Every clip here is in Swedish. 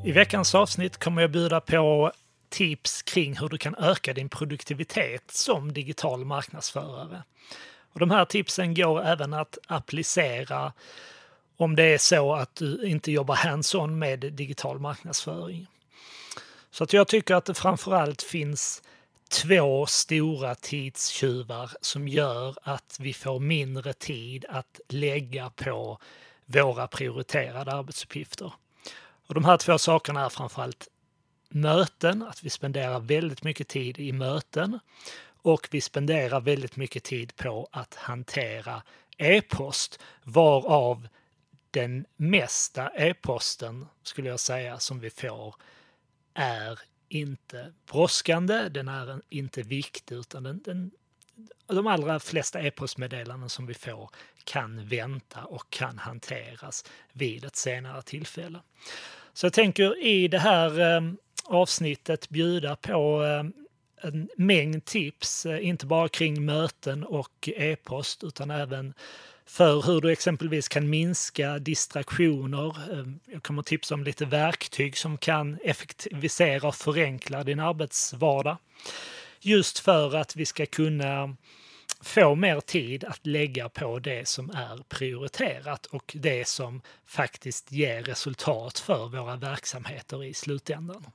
I veckans avsnitt kommer jag bjuda på tips kring hur du kan öka din produktivitet som digital marknadsförare. Och de här tipsen går även att applicera om det är så att du inte jobbar hands-on med digital marknadsföring. Så att jag tycker att det framförallt finns 2 stora tidstjuvar som gör att vi får mindre tid att lägga på våra prioriterade arbetsuppgifter. Och de här 2 sakerna är framförallt möten, att vi spenderar väldigt mycket tid i möten, och vi spenderar väldigt mycket tid på att hantera e-post, varav den mesta e-posten, skulle jag säga, som vi får är inte brådskande, den är inte viktig, utan de allra flesta e-postmeddelanden som vi får kan vänta och kan hanteras vid ett senare tillfälle. Så jag tänker i det här avsnittet bjuda på en mängd tips, inte bara kring möten och e-post, utan även för hur du exempelvis kan minska distraktioner. Jag kommer att tipsa om lite verktyg som kan effektivisera och förenkla din arbetsvardag. Just för att vi ska kunna få mer tid att lägga på det som är prioriterat och det som faktiskt ger resultat för våra verksamheter i slutändan.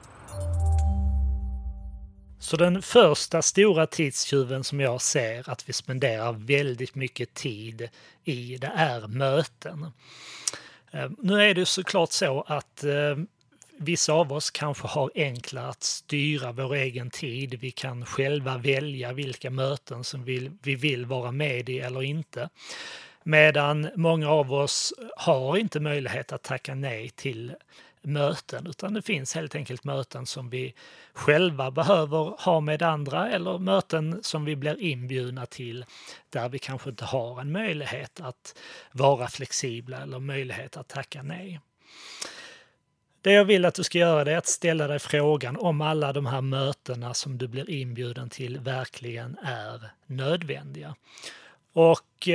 Så den första stora tidstjuven som jag ser att vi spenderar väldigt mycket tid i, det är möten. Nu är det såklart så att vissa av oss kanske har enklare att styra vår egen tid. Vi kan själva välja vilka möten som vi vill vara med i eller inte. Medan många av oss har inte möjlighet att tacka nej till möten, utan det finns helt enkelt möten som vi själva behöver ha med andra, eller möten som vi blir inbjudna till där vi kanske inte har en möjlighet att vara flexibla eller möjlighet att tacka nej. Det jag vill att du ska göra är att ställa dig frågan om alla de här mötena som du blir inbjuden till verkligen är nödvändiga. Och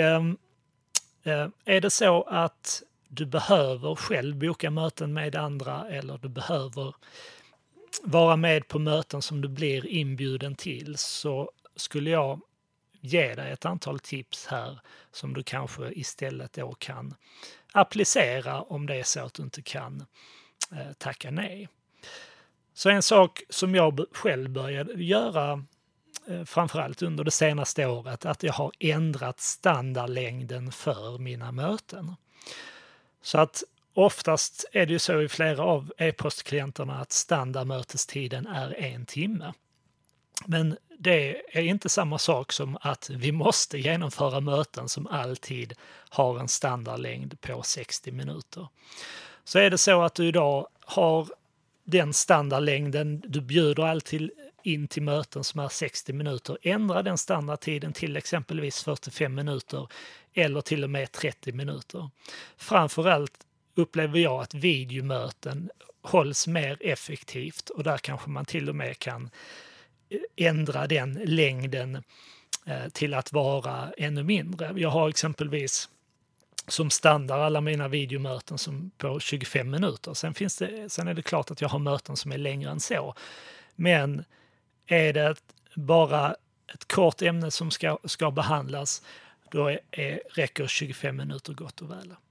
är det så att du behöver själv boka möten med andra, eller du behöver vara med på möten som du blir inbjuden till, så skulle jag ge dig ett antal tips här som du kanske istället då kan applicera om det är så att du inte kan tacka nej. Så en sak som jag själv började göra framförallt under det senaste året, att jag har ändrat standardlängden för mina möten. Så att oftast är det ju så i flera av e-postklienterna att standardmötestiden är 1 timme. Men det är inte samma sak som att vi måste genomföra möten som alltid har en standardlängd på 60 minuter. Så är det så att du idag har den standardlängden, du bjuder alltid in till möten som är 60 minuter, ändra den standardtiden till exempelvis 45 minuter eller till och med 30 minuter. Framförallt upplever jag att videomöten hålls mer effektivt, och där kanske man till och med kan ändra den längden till att vara ännu mindre. Jag har exempelvis som standard alla mina videomöten som på 25 minuter. Sen är det klart att jag har möten som är längre än så. Men är det bara ett kort ämne som ska behandlas, då räcker 25 minuter gott och väl.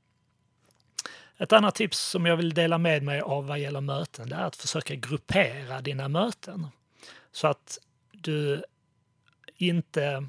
Ett annat tips som jag vill dela med mig av vad gäller möten, det är att försöka gruppera dina möten. Så att du inte,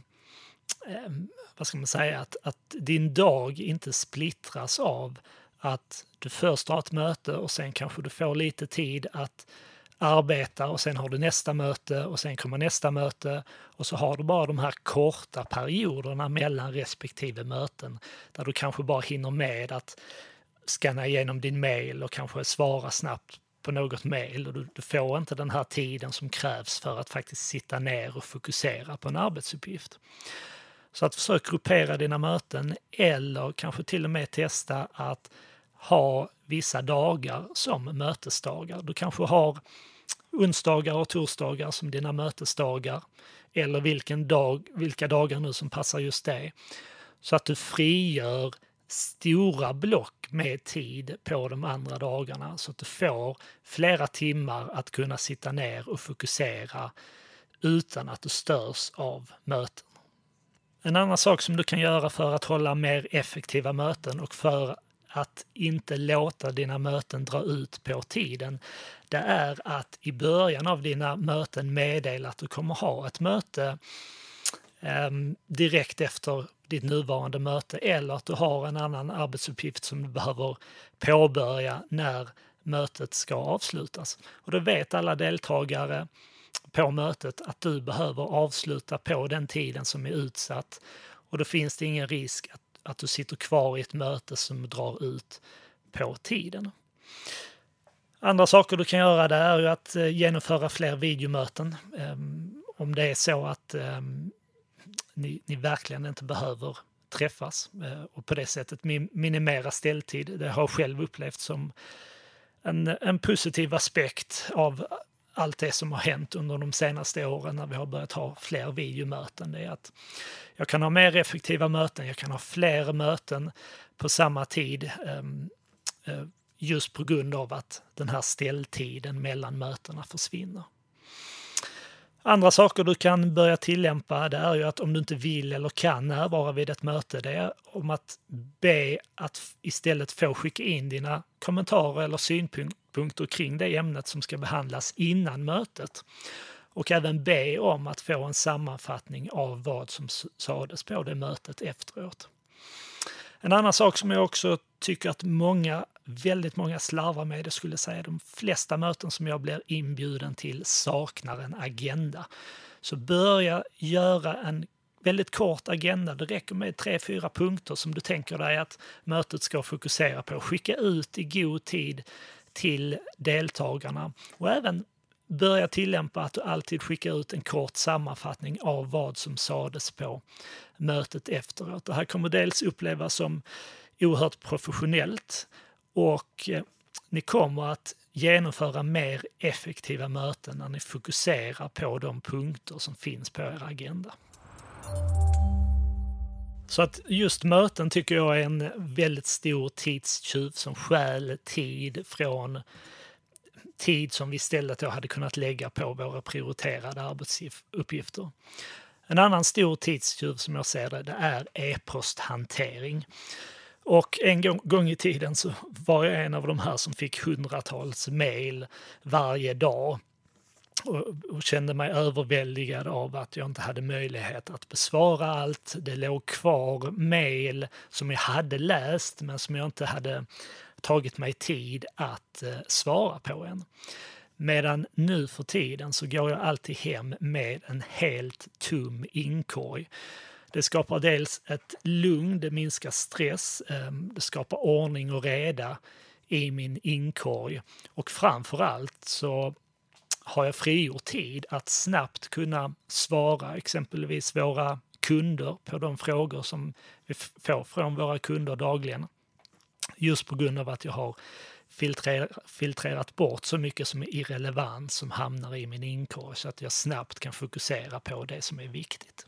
att din dag inte splittras av att du först har ett möte och sen kanske du får lite tid att arbeta och sen har du nästa möte och sen kommer nästa möte, och så har du bara de här korta perioderna mellan respektive möten där du kanske bara hinner med att scanna igenom din mail och kanske svara snabbt på något mail, och du får inte den här tiden som krävs för att faktiskt sitta ner och fokusera på en arbetsuppgift. Så att försöka gruppera dina möten, eller kanske till och med testa att ha vissa dagar som mötesdagar. Du kanske har onsdagar och torsdagar som dina mötesdagar, eller vilka dagar nu som passar just dig. Så att du frigör stora block med tid på de andra dagarna så att du får flera timmar att kunna sitta ner och fokusera utan att du störs av möten. En annan sak som du kan göra för att hålla mer effektiva möten och för att inte låta dina möten dra ut på tiden, det är att i början av dina möten meddela att du kommer ha ett möte direkt efter ditt nuvarande möte, eller att du har en annan arbetsuppgift som du behöver påbörja när mötet ska avslutas. Och då vet alla deltagare på mötet att du behöver avsluta på den tiden som är utsatt, och då finns det ingen risk att du sitter kvar i ett möte som drar ut på tiden. Andra saker du kan göra där är ju att genomföra fler videomöten. Om det är så att ni verkligen inte behöver träffas och på det sättet minimera ställtid. Det har jag själv upplevt som en positiv aspekt av allt det som har hänt under de senaste åren när vi har börjat ha fler videomöten. Det är att jag kan ha mer effektiva möten, jag kan ha fler möten på samma tid just på grund av att den här ställtiden mellan mötena försvinner. Andra saker du kan börja tillämpa, det är ju att om du inte vill eller kan närvara vid ett möte, det är om att be att istället få skicka in dina kommentarer eller synpunkter kring det ämnet som ska behandlas innan mötet. Och även be om att få en sammanfattning av vad som sades på det mötet efteråt. En annan sak som jag också tycker att väldigt många slarvar med, det skulle säga de flesta möten som jag blir inbjuden till saknar en agenda. Så börja göra en väldigt kort agenda. Det räcker med 3-4 punkter som du tänker dig att mötet ska fokusera på. Skicka ut i god tid till deltagarna och även börja tillämpa att du alltid skickar ut en kort sammanfattning av vad som sades på mötet efteråt. Det här kommer dels upplevas som oerhört professionellt och ni kommer att genomföra mer effektiva möten när ni fokuserar på de punkter som finns på er agenda. Så att just möten tycker jag är en väldigt stor tidstjuv som stjäl tid från tid som vi istället då hade kunnat lägga på våra prioriterade arbetsuppgifter. En annan stor tidstjuv som jag ser det är e-posthantering. Och en gång i tiden så var jag en av de här som fick hundratals mejl varje dag och kände mig överväldigad av att jag inte hade möjlighet att besvara allt. Det låg kvar mejl som jag hade läst men som jag inte hade tagit mig tid att svara på än. Medan nu för tiden så går jag alltid hem med en helt tom inkorg. Det skapar dels ett lugn, det minskar stress, det skapar ordning och reda i min inkorg och framförallt så har jag frigjort tid att snabbt kunna svara exempelvis våra kunder på de frågor som vi får från våra kunder dagligen. Just på grund av att jag har filtrerat bort så mycket som är irrelevant som hamnar i min inkorg så att jag snabbt kan fokusera på det som är viktigt.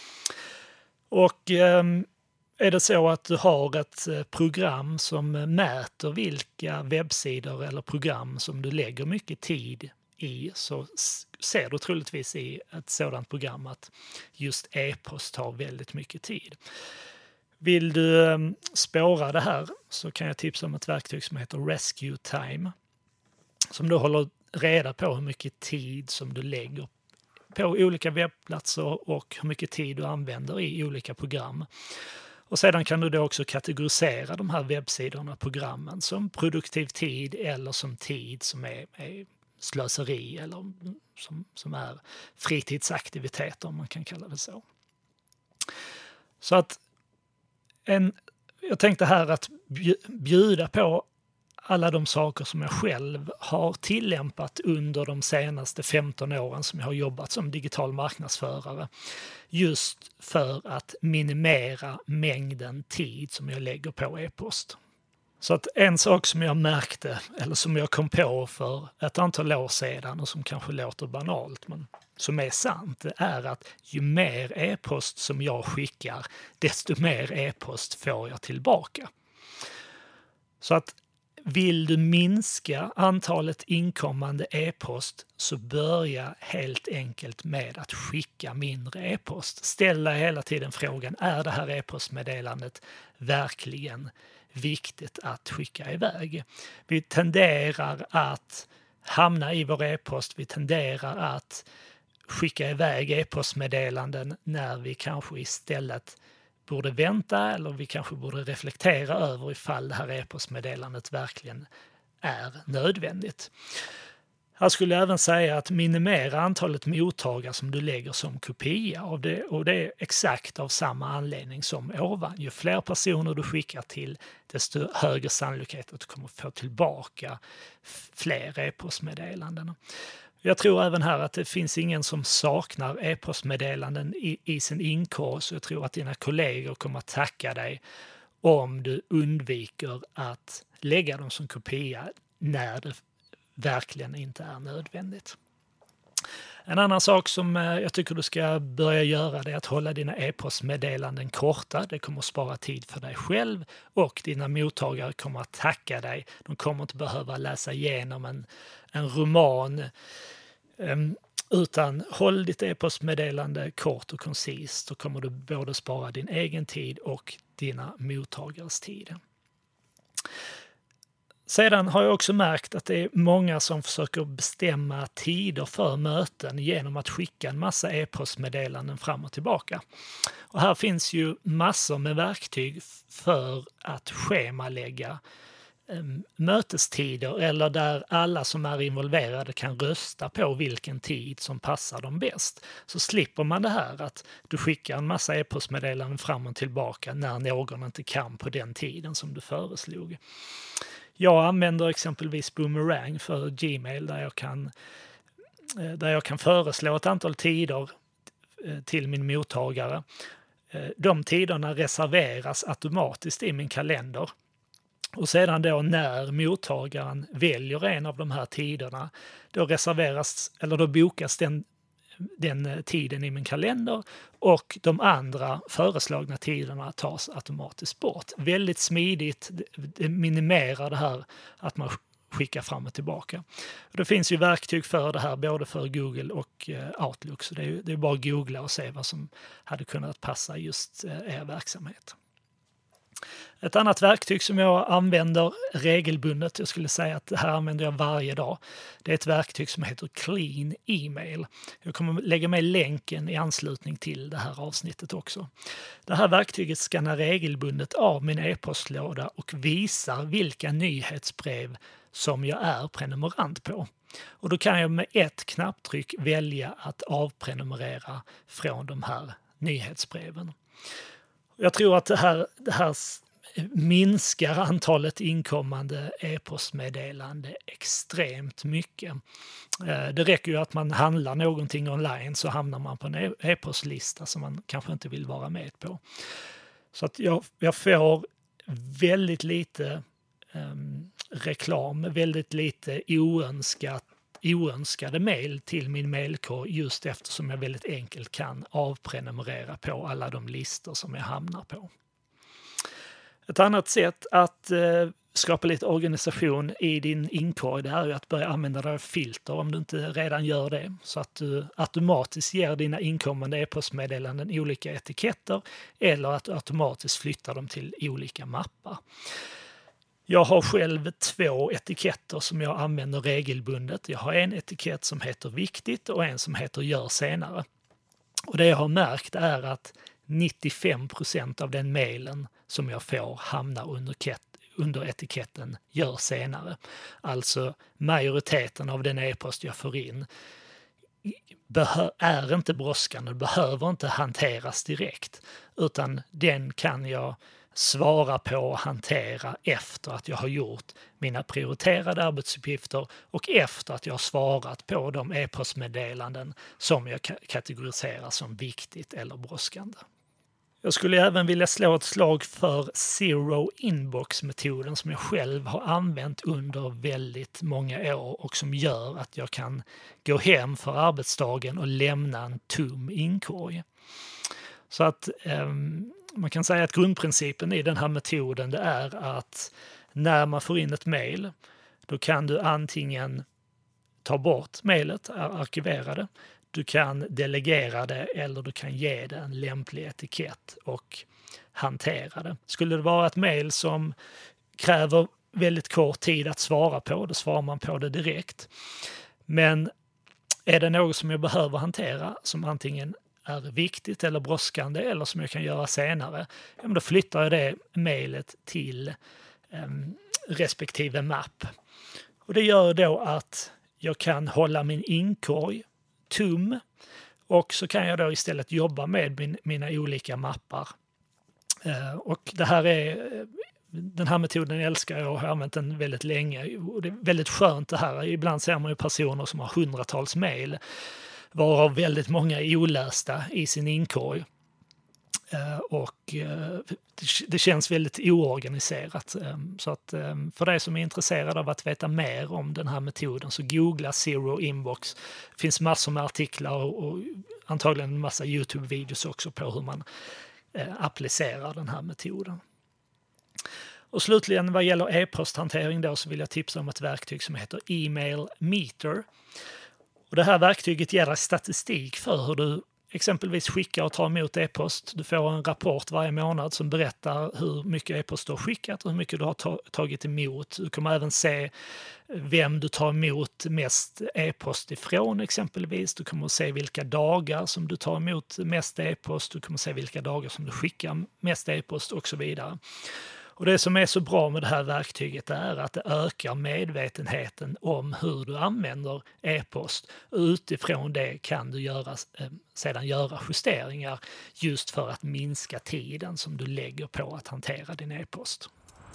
Och är det så att du har ett program som mäter vilka webbsidor eller program som du lägger mycket tid i, så ser du troligtvis i ett sådant program att just e-post tar väldigt mycket tid. Vill du spåra det här så kan jag tipsa om ett verktyg som heter Rescue Time som då håller reda på hur mycket tid som du lägger på olika webbplatser och hur mycket tid du använder i olika program. Och sedan kan du då också kategorisera de här webbsidorna och programmen som produktiv tid eller som tid som är slöseri eller som är fritidsaktiviteter om man kan kalla det så. Så att jag tänkte här att bjuda på alla de saker som jag själv har tillämpat under de senaste 15 åren som jag har jobbat som digital marknadsförare. Just för att minimera mängden tid som jag lägger på e-post. Så att en sak som jag märkte, eller som jag kom på för ett antal år sedan och som kanske låter banalt, men som är sant är att ju mer e-post som jag skickar, desto mer e-post får jag tillbaka. Så att vill du minska antalet inkommande e-post så börja helt enkelt med att skicka mindre e-post. Ställ dig hela tiden frågan, är det här e-postmeddelandet verkligen viktigt att skicka iväg? Vi tenderar att hamna i vår e-post, vi tenderar att skicka iväg e-postmeddelanden när vi kanske istället borde vänta eller vi kanske borde reflektera över ifall det här e-postmeddelandet verkligen är nödvändigt. Jag skulle även säga att minimera antalet mottagare som du lägger som kopia och det är exakt av samma anledning som ovan. Ju fler personer du skickar till, desto högre sannolikhet att du kommer få tillbaka fler e-postmeddelanden. Jag tror även här att det finns ingen som saknar e-postmeddelanden i sin inkorg, så jag tror att dina kollegor kommer att tacka dig om du undviker att lägga dem som kopia när det verkligen inte är nödvändigt. En annan sak som jag tycker du ska börja göra är att hålla dina e-postmeddelanden korta. Det kommer att spara tid för dig själv och dina mottagare kommer att tacka dig. De kommer inte behöva läsa igenom en roman, utan håll ditt e-postmeddelande kort och koncist, så kommer du både spara din egen tid och dina mottagares tid. Sedan har jag också märkt att det är många som försöker bestämma tider för möten genom att skicka en massa e-postmeddelanden fram och tillbaka. Och här finns ju massor med verktyg för att schemalägga mötestider, eller där alla som är involverade kan rösta på vilken tid som passar dem bäst. Så slipper man det här att du skickar en massa e-postmeddelanden fram och tillbaka när någon inte kan på den tiden som du föreslog. Jag använder exempelvis Boomerang för Gmail där jag kan föreslå ett antal tider till min mottagare. De tiderna reserveras automatiskt i min kalender. Och sedan då när mottagaren väljer en av de här tiderna, då bokas den tiden i min kalender och de andra föreslagna tiderna tas automatiskt bort. Väldigt smidigt, det minimerar det här att man skickar fram och tillbaka. Det finns ju verktyg för det här både för Google och Outlook, så det är bara att googla och se vad som hade kunnat passa just er verksamhet. Ett annat verktyg som jag använder regelbundet, jag skulle säga att det här använder jag varje dag, det är ett verktyg som heter Clean Email. Jag kommer lägga med länken i anslutning till det här avsnittet också. Det här verktyget skannar regelbundet av min e-postlåda och visar vilka nyhetsbrev som jag är prenumerant på. Och då kan jag med ett knapptryck välja att avprenumerera från de här nyhetsbreven. Jag tror att det här minskar antalet inkommande e-postmeddelande extremt mycket. Det räcker ju att man handlar någonting online så hamnar man på en e-postlista som man kanske inte vill vara med på. Så att jag får väldigt lite reklam, väldigt lite oönskade mejl till min mejlkorg, just eftersom jag väldigt enkelt kan avprenumerera på alla de listor som jag hamnar på. Ett annat sätt att skapa lite organisation i din inkorg, det är ju att börja använda dig av filter om du inte redan gör det, så att du automatiskt ger dina inkommande e-postmeddelanden olika etiketter eller att du automatiskt flyttar dem till olika mappar. Jag har själv 2 etiketter som jag använder regelbundet. Jag har en etikett som heter viktigt och en som heter gör senare. Och det jag har märkt är att 95% av den mejlen som jag får hamnar under etiketten gör senare. Alltså majoriteten av den e-post jag får in är inte brådskande, behöver inte hanteras direkt, utan den kan jag svara på och hantera efter att jag har gjort mina prioriterade arbetsuppgifter och efter att jag har svarat på de e-postmeddelanden som jag kategoriserar som viktigt eller brådskande. Jag skulle även vilja slå ett slag för Zero Inbox-metoden som jag själv har använt under väldigt många år och som gör att jag kan gå hem för arbetsdagen och lämna en tom inkorg. Så att man kan säga att grundprincipen i den här metoden det är att när man får in ett mejl då kan du antingen ta bort mejlet, arkivera det, du kan delegera det eller du kan ge det en lämplig etikett och hantera det. Skulle det vara ett mejl som kräver väldigt kort tid att svara på, då svarar man på det direkt. Men är det något som jag behöver hantera som antingen är viktigt eller brådskande eller som jag kan göra senare, då flyttar jag det mejlet till respektive mapp. Och det gör då att jag kan hålla min inkorg tom och så kan jag då istället jobba med mina olika mappar. Och den här metoden älskar jag och har använt den väldigt länge. Och det är väldigt skönt det här. Ibland ser man ju personer som har hundratals mejl varav väldigt många är olösta i sin inkorg. Och det känns väldigt oorganiserat. Så att för dig som är intresserad av att veta mer om den här metoden så googla Zero Inbox. Det finns massor med artiklar och antagligen en massa YouTube-videos också på hur man applicerar den här metoden. Och slutligen vad gäller e-posthantering då så vill jag tipsa om ett verktyg som heter Email Meter. Och det här verktyget ger dig statistik för hur du exempelvis skickar och tar emot e-post. Du får en rapport varje månad som berättar hur mycket e-post du har skickat och hur mycket du har tagit emot. Du kommer även se vem du tar emot mest e-post ifrån exempelvis. Du kommer att se vilka dagar som du tar emot mest e-post. Du kommer att se vilka dagar som du skickar mest e-post och så vidare. Och det som är så bra med det här verktyget är att det ökar medvetenheten om hur du använder e-post. Och utifrån det kan du sedan göra justeringar just för att minska tiden som du lägger på att hantera din e-post.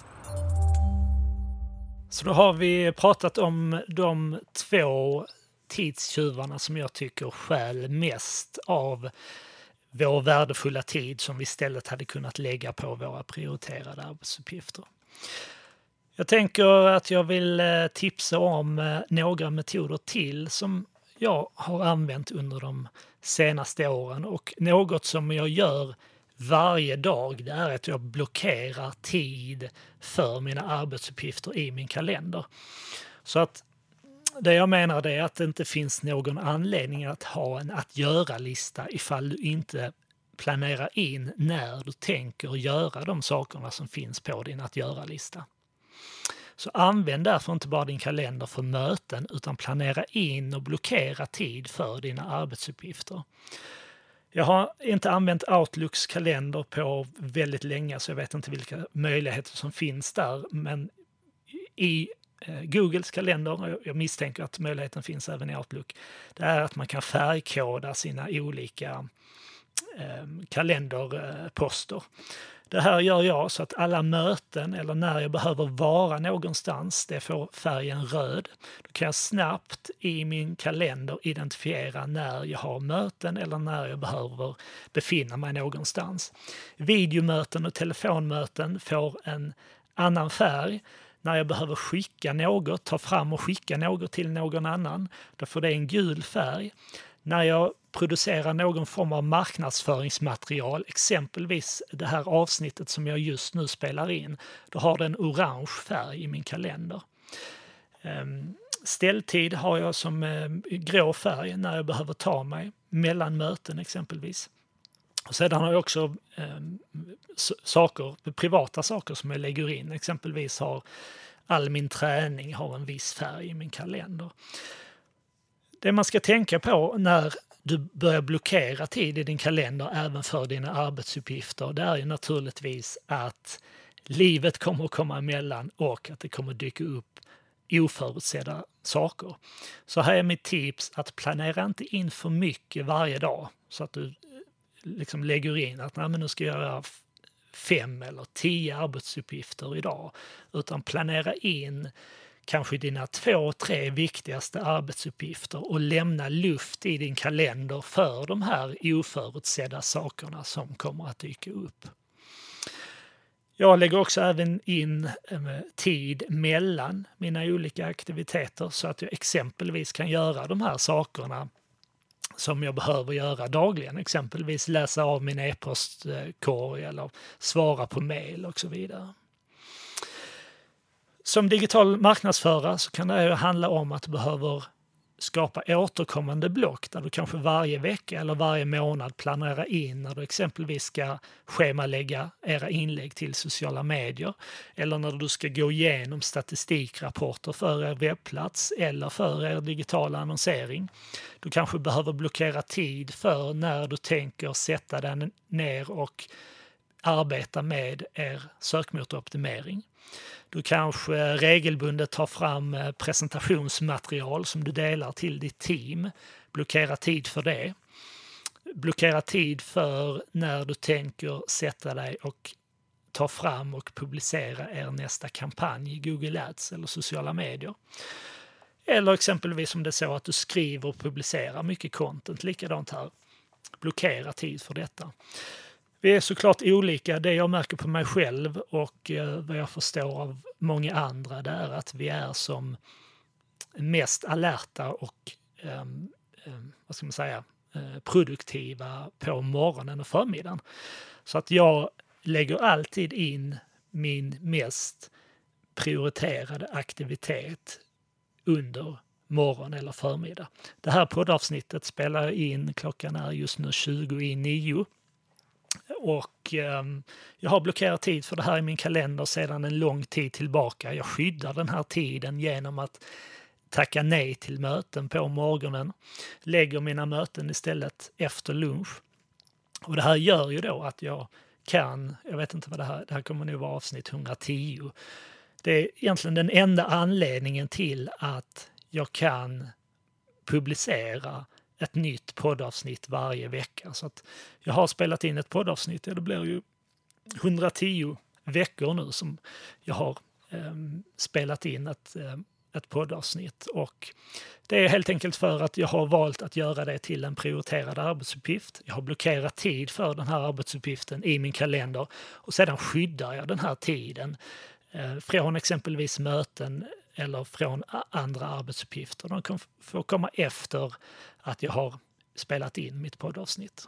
Så då har vi pratat om de 2 tidstjuvarna som jag tycker stjäl mest av vår värdefulla tid som vi istället hade kunnat lägga på våra prioriterade arbetsuppgifter. Jag tänker att jag vill tipsa om några metoder till som jag har använt under de senaste åren och något som jag gör varje dag det är att jag blockerar tid för mina arbetsuppgifter i min kalender. Så att det jag menar är att det inte finns någon anledning att ha en att göra-lista ifall du inte planerar in när du tänker göra de sakerna som finns på din att göra-lista. Så använd därför inte bara din kalender för möten utan planera in och blockera tid för dina arbetsuppgifter. Jag har inte använt Outlooks kalender på väldigt länge så jag vet inte vilka möjligheter som finns där, men i Googles kalender, jag misstänker att möjligheten finns även i Outlook, det är att man kan färgkoda sina olika kalenderposter. Det här gör jag så att alla möten eller när jag behöver vara någonstans, det får färgen röd. Då kan jag snabbt i min kalender identifiera när jag har möten eller när jag behöver befinna mig någonstans. Videomöten och telefonmöten får en annan färg. När jag behöver skicka något, ta fram och skicka något till någon annan, då får det en gul färg. När jag producerar någon form av marknadsföringsmaterial, exempelvis det här avsnittet som jag just nu spelar in, då har det en orange färg i min kalender. Ställtid har jag som grå färg när jag behöver ta mig mellan möten exempelvis. Och sedan har jag också privata saker som jag lägger in. Exempelvis har all min träning har en viss färg i min kalender. Det man ska tänka på när du börjar blockera tid i din kalender även för dina arbetsuppgifter, det är ju naturligtvis att livet kommer att komma emellan och att det kommer att dyka upp oförutsedda saker. Så här är mitt tips att planera inte in för mycket varje dag så att du liksom lägger in att men nu ska jag göra 5 eller 10 arbetsuppgifter idag, utan planera in kanske dina 2-3 viktigaste arbetsuppgifter och lämna luft i din kalender för de här oförutsedda sakerna som kommer att dyka upp. Jag lägger också även in tid mellan mina olika aktiviteter så att jag exempelvis kan göra de här sakerna som jag behöver göra dagligen. Exempelvis läsa av min e-postkorg eller svara på mejl och så vidare. Som digital marknadsförare så kan det handla om att du behöver skapa återkommande block där du kanske varje vecka eller varje månad planerar in när du exempelvis ska schemalägga era inlägg till sociala medier eller när du ska gå igenom statistikrapporter för er webbplats eller för er digitala annonsering. Du kanske behöver blockera tid för när du tänker sätta dig ner och arbeta med er sökmotoroptimering. Du kanske regelbundet tar fram presentationsmaterial som du delar till ditt team. Blockera tid för det. Blockera tid för när du tänker sätta dig och ta fram och publicera er nästa kampanj i Google Ads eller sociala medier. Eller exempelvis om det är så att du skriver och publicerar mycket content, likadant här. Blockera tid för detta. Vi är såklart olika. Det jag märker på mig själv och vad jag förstår av många andra, det är att vi är som mest alerta och produktiva på morgonen och förmiddagen. Så att jag lägger alltid in min mest prioriterade aktivitet under morgon eller förmiddag. Det här poddavsnittet spelar jag in, klockan är just nu 20:09. Och jag har blockerat tid för det här i min kalender sedan en lång tid tillbaka. Jag skyddar den här tiden genom att tacka nej till möten på morgonen. Lägger mina möten istället efter lunch. Och det här gör ju då att jag kan, jag vet inte vad det här kommer nog vara avsnitt 110. Det är egentligen den enda anledningen till att jag kan publicera ett nytt poddavsnitt varje vecka. Så att jag har spelat in ett poddavsnitt, det blir ju 110 veckor nu som jag har spelat in ett poddavsnitt. Och det är helt enkelt för att jag har valt att göra det till en prioriterad arbetsuppgift. Jag har blockerat tid för den här arbetsuppgiften i min kalender och sedan skyddar jag den här tiden från exempelvis möten eller från andra arbetsuppgifter. De kan få komma efter att jag har spelat in mitt poddavsnitt.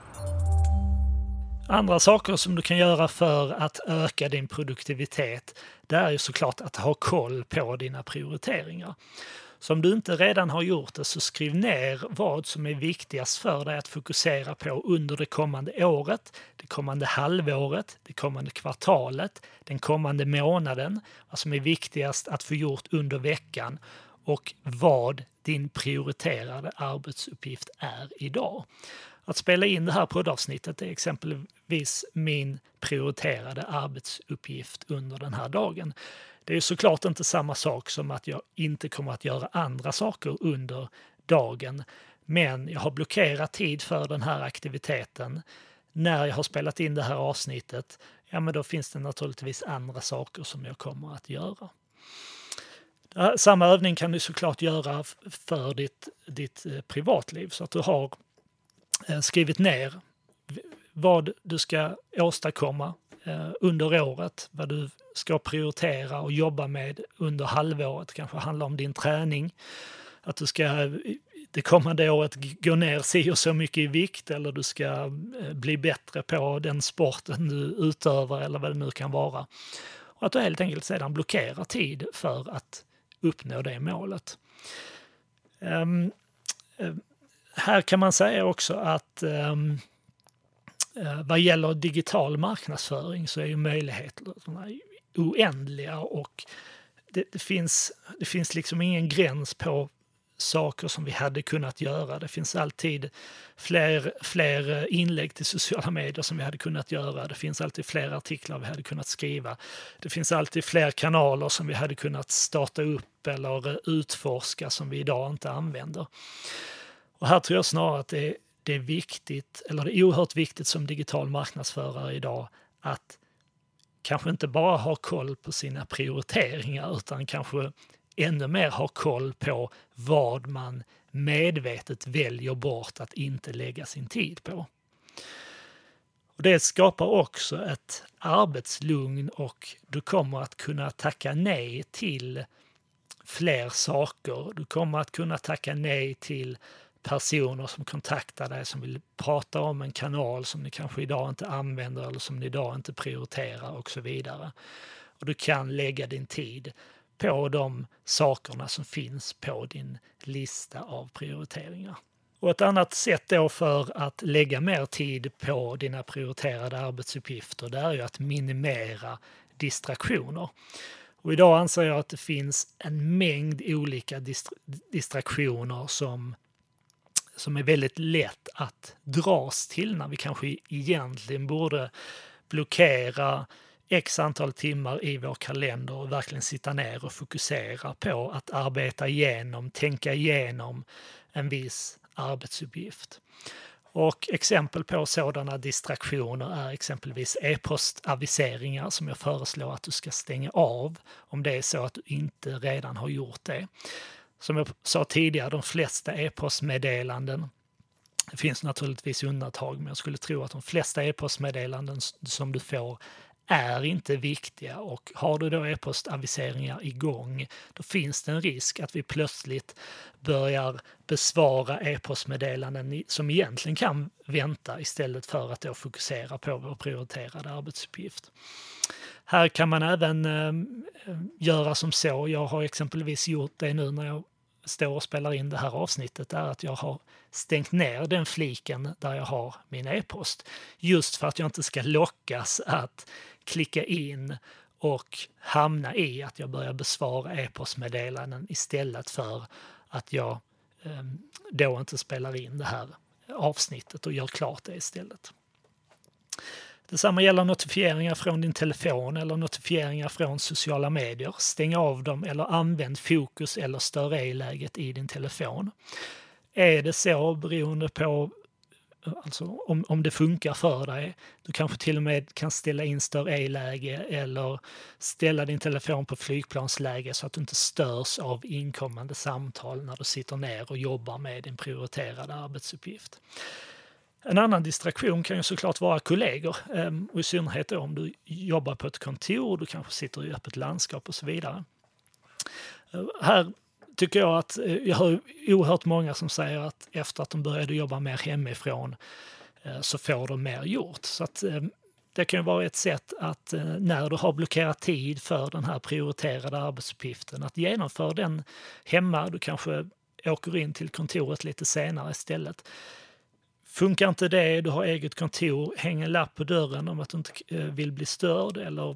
Andra saker som du kan göra för att öka din produktivitet, det är ju såklart att ha koll på dina prioriteringar. Så om du inte redan har gjort det, så skriv ner vad som är viktigast för dig att fokusera på under det kommande året, det kommande halvåret, det kommande kvartalet, den kommande månaden, vad som är viktigast att få gjort under veckan och vad din prioriterade arbetsuppgift är idag. Att spela in det här poddavsnittet är exempelvis min prioriterade arbetsuppgift under den här dagen. Det är såklart inte samma sak som att jag inte kommer att göra andra saker under dagen, men jag har blockerat tid för den här aktiviteten. När jag har spelat in det här avsnittet, ja, men då finns det naturligtvis andra saker som jag kommer att göra. Samma övning kan du såklart göra för ditt privatliv, så att du har skrivit ner vad du ska åstadkomma under året, vad du ska prioritera och jobba med under halvåret. Det kanske handlar om din träning, att du ska det kommande året gå ner si och så mycket i vikt, eller du ska bli bättre på den sporten du utövar eller vad det nu kan vara. Och att du helt enkelt sedan blockerar tid för att uppnå det målet. Här kan man säga också att vad gäller digital marknadsföring så är ju möjligheterna oändliga och det finns liksom ingen gräns på saker som vi hade kunnat göra. Det finns alltid fler inlägg till sociala medier som vi hade kunnat göra. Det finns alltid fler artiklar vi hade kunnat skriva. Det finns alltid fler kanaler som vi hade kunnat starta upp eller utforska som vi idag inte använder. Och här tror jag snarare att det är viktigt, eller det är oerhört viktigt som digital marknadsförare idag att kanske inte bara ha koll på sina prioriteringar utan kanske ännu mer ha koll på vad man medvetet väljer bort att inte lägga sin tid på. Och det skapar också ett arbetslugn och du kommer att kunna tacka nej till fler saker. Du kommer att kunna tacka nej till personer som kontaktar dig som vill prata om en kanal som ni kanske idag inte använder eller som ni idag inte prioriterar och så vidare. Och du kan lägga din tid på de sakerna som finns på din lista av prioriteringar. Och ett annat sätt då för att lägga mer tid på dina prioriterade arbetsuppgifter, det är ju att minimera distraktioner. Och idag anser jag att det finns en mängd olika distraktioner som är väldigt lätt att dras till när vi kanske egentligen borde blockera x antal timmar i vår kalender och verkligen sitta ner och fokusera på att arbeta igenom, tänka igenom en viss arbetsuppgift. Och exempel på sådana distraktioner är exempelvis e-postaviseringar som jag föreslår att du ska stänga av om det är så att du inte redan har gjort det. Som jag sa tidigare, de flesta e-postmeddelanden, det finns naturligtvis undantag, men jag skulle tro att de flesta e-postmeddelanden som du får är inte viktiga, och har du då e-postaviseringar igång, då finns det en risk att vi plötsligt börjar besvara e-postmeddelanden som egentligen kan vänta istället för att då fokusera på vår prioriterade arbetsuppgift. Här kan man även göra som så, jag har exempelvis gjort det nu när jag står och spelar in det här avsnittet, är att jag har stängt ner den fliken där jag har min e-post. Just för att jag inte ska lockas att klicka in och hamna i att jag börjar besvara e-postmeddelanden istället för att jag då inte spelar in det här avsnittet och gör klart det istället. Detsamma gäller notifieringar från din telefon eller notifieringar från sociala medier. Stäng av dem eller använd fokus eller stör ej-läget i din telefon. Är det så, beroende på alltså om det funkar för dig, du kanske till och med kan ställa in stör ej-läge eller ställa din telefon på flygplansläge så att du inte störs av inkommande samtal när du sitter ner och jobbar med din prioriterade arbetsuppgift. En annan distraktion kan ju såklart vara kollegor, och i synnerhet om du jobbar på ett kontor, du kanske sitter i öppet landskap och så vidare. Här tycker jag att jag hör oerhört många som säger att efter att de började jobba mer hemifrån så får de mer gjort. Så att det kan ju vara ett sätt att när du har blockerat tid för den här prioriterade arbetsuppgiften, att genomföra den hemma. Du kanske åker in till kontoret lite senare istället. Funkar inte det, du har eget kontor, häng en lapp på dörren om att du inte vill bli störd, eller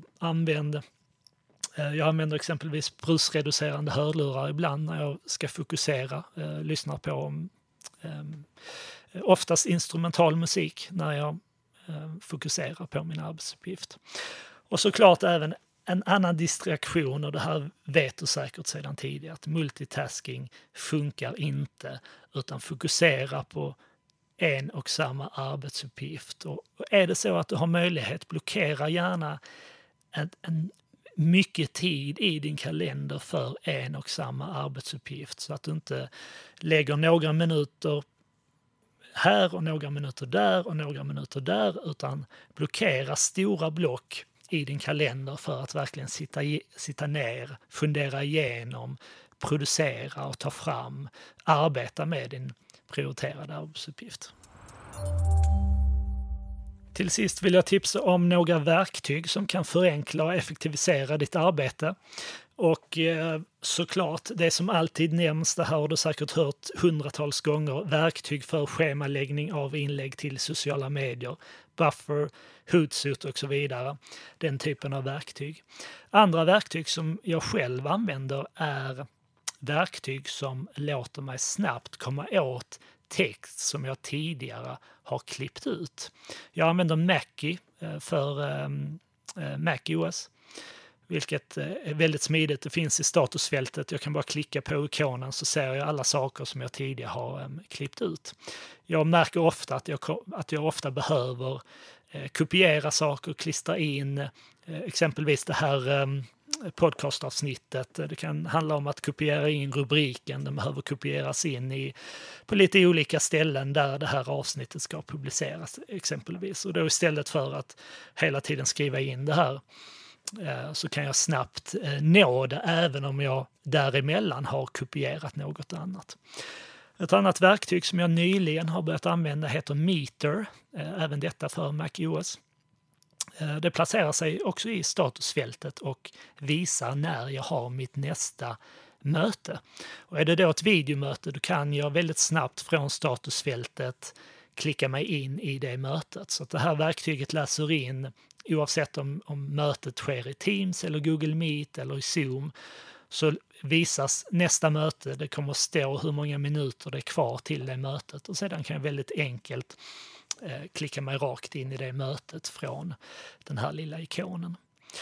jag använder exempelvis brusreducerande hörlurar ibland när jag ska fokusera, lyssnar på oftast instrumental musik när jag fokuserar på min arbetsuppgift. Och såklart även en annan distraktion, och det här vet du säkert sedan tidigare, att multitasking funkar inte, utan fokusera på en och samma arbetsuppgift. Och är det så att du har möjlighet, blockera gärna en mycket tid i din kalender för en och samma arbetsuppgift, så att du inte lägger några minuter här och några minuter där och några minuter där, utan blockera stora block i din kalender för att verkligen sitta ner, fundera igenom, producera och ta fram, arbeta med din prioriterade arbetsuppgift. Till sist vill jag tipsa om några verktyg som kan förenkla och effektivisera ditt arbete. Och såklart, det som alltid nämns, det här har du säkert hört hundratals gånger, verktyg för schemaläggning av inlägg till sociala medier, Buffer, Hootsuite och så vidare. Den typen av verktyg. Andra verktyg som jag själv använder är verktyg som låter mig snabbt komma åt text som jag tidigare har klippt ut. Jag använder Mackie för macOS, vilket är väldigt smidigt. Det finns i statusfältet. Jag kan bara klicka på ikonen så ser jag alla saker som jag tidigare har klippt ut. Jag märker ofta att jag ofta behöver kopiera saker, klistra in exempelvis det här podcastavsnittet. Det kan handla om att kopiera in rubriken. Den behöver kopieras in på lite olika ställen där det här avsnittet ska publiceras exempelvis. Och då istället för att hela tiden skriva in det här så kan jag snabbt nå det även om jag däremellan har kopierat något annat. Ett annat verktyg som jag nyligen har börjat använda heter Meter, även detta för MacOS. Det placerar sig också i statusfältet och visar när jag har mitt nästa möte. Och är det då ett videomöte, då kan jag väldigt snabbt från statusfältet klicka mig in i det mötet. Så att det här verktyget läser in, oavsett om mötet sker i Teams eller Google Meet eller i Zoom, så visas nästa möte. Det kommer att stå hur många minuter det är kvar till det mötet och sedan kan jag väldigt enkelt klicka mig rakt in i det mötet från den här lilla ikonen.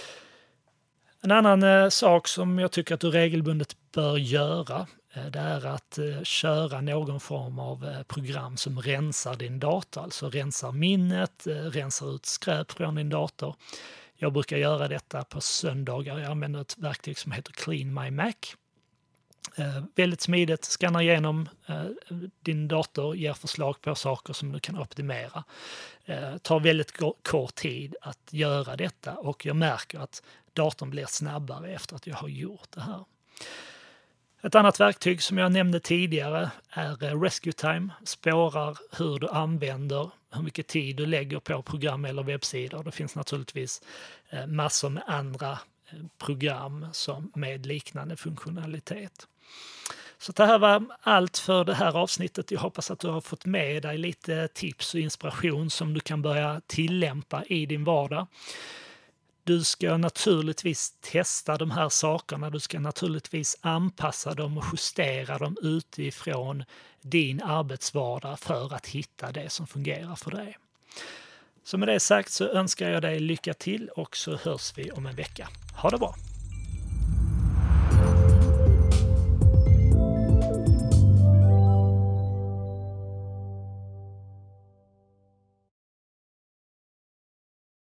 En annan sak som jag tycker att du regelbundet bör göra, det är att köra någon form av program som rensar din dator, alltså rensar minnet, rensar ut skräp från din dator. Jag brukar göra detta på söndagar. Jag använder ett verktyg som heter Clean My Mac. Väldigt smidigt, skannar igenom din dator, ger förslag på saker som du kan optimera. Tar väldigt kort tid att göra detta och jag märker att datorn blir snabbare efter att jag har gjort det här. Ett annat verktyg som jag nämnde tidigare är Rescue Time. Spårar hur du använder, hur mycket tid du lägger på program eller webbsidor. Det finns naturligtvis massor med andra program med liknande funktionalitet. Så det här var allt för det här avsnittet. Jag hoppas att du har fått med dig lite tips och inspiration som du kan börja tillämpa i din vardag. Du ska naturligtvis testa de här sakerna. Du ska naturligtvis anpassa dem och justera dem utifrån din arbetsvardag för att hitta det som fungerar för dig. Så med det sagt så önskar jag dig lycka till och så hörs vi om en vecka. Ha det bra!